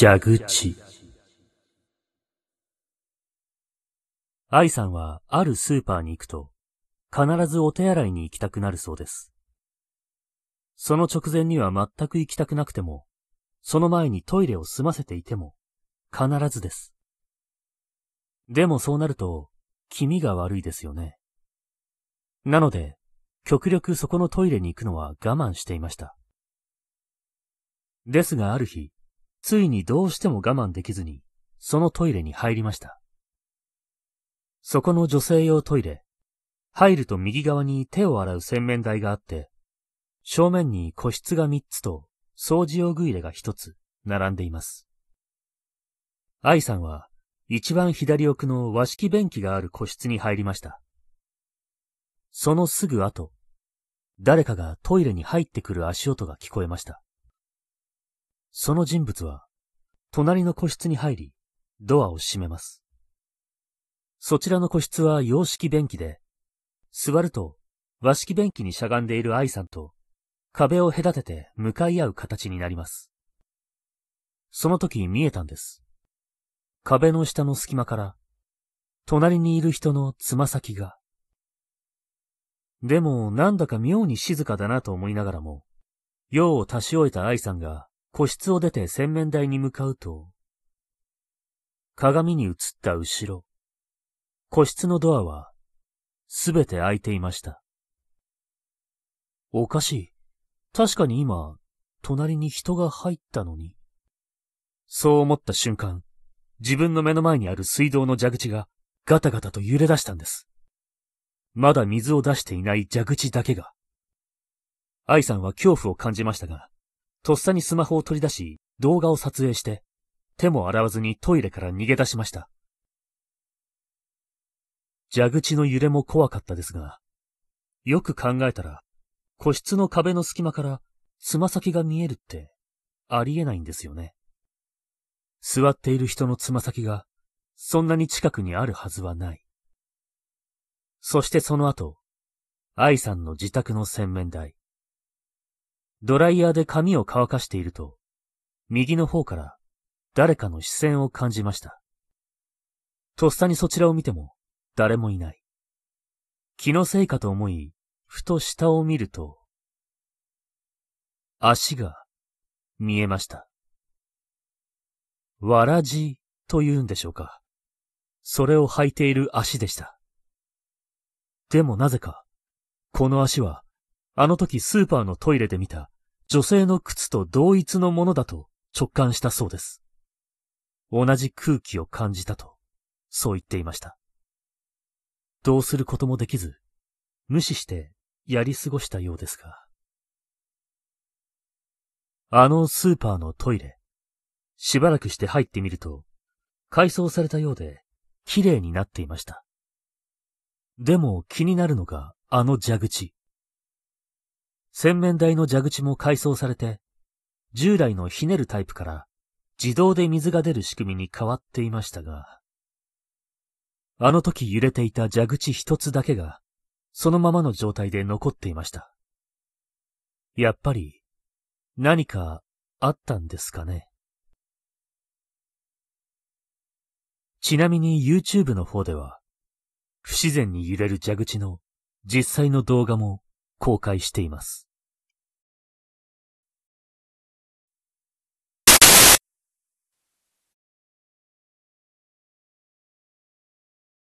蛇口。愛さんはあるスーパーに行くと、必ずお手洗いに行きたくなるそうです。その直前には全く行きたくなくても、その前にトイレを済ませていても、必ずです。でもそうなると、気味が悪いですよね。なので、極力そこのトイレに行くのは我慢していました。ですがある日、ついにどうしても我慢できずに、そのトイレに入りました。そこの女性用トイレ、入ると右側に手を洗う洗面台があって、正面に個室が3つと掃除用具入れが1つ並んでいます。愛さんは一番左奥の和式便器がある個室に入りました。そのすぐ後、誰かがトイレに入ってくる足音が聞こえました。その人物は、隣の個室に入り、ドアを閉めます。そちらの個室は洋式便器で、座ると和式便器にしゃがんでいる愛さんと壁を隔てて向かい合う形になります。その時見えたんです。壁の下の隙間から、隣にいる人のつま先が。でもなんだか妙に静かだなと思いながらも、用を足し終えた愛さんが個室を出て洗面台に向かうと、鏡に映った後ろ、個室のドアはすべて開いていました。おかしい。確かに今、隣に人が入ったのに。そう思った瞬間、自分の目の前にある水道の蛇口がガタガタと揺れ出したんです。まだ水を出していない蛇口だけが。愛さんは恐怖を感じましたが、とっさにスマホを取り出し、動画を撮影して、手も洗わずにトイレから逃げ出しました。蛇口の揺れも怖かったですが、よく考えたら、個室の壁の隙間からつま先が見えるってありえないんですよね。座っている人のつま先がそんなに近くにあるはずはない。そしてその後、愛さんの自宅の洗面台。ドライヤーで髪を乾かしていると、右の方から誰かの視線を感じました。とっさにそちらを見ても誰もいない。気のせいかと思い、ふと下を見ると、足が見えました。わらじというんでしょうか。それを履いている足でした。でもなぜか、この足は、あの時スーパーのトイレで見た女性の靴と同一のものだと直感したそうです。同じ空気を感じたと、そう言っていました。どうすることもできず、無視してやり過ごしたようですが。あのスーパーのトイレ、しばらくして入ってみると、改装されたようで、綺麗になっていました。でも気になるのがあの蛇口。洗面台の蛇口も改装されて、従来のひねるタイプから自動で水が出る仕組みに変わっていましたが、あの時揺れていた蛇口一つだけが、そのままの状態で残っていました。やっぱり、何かあったんですかね。ちなみに YouTube の方では、不自然に揺れる蛇口の実際の動画も公開しています。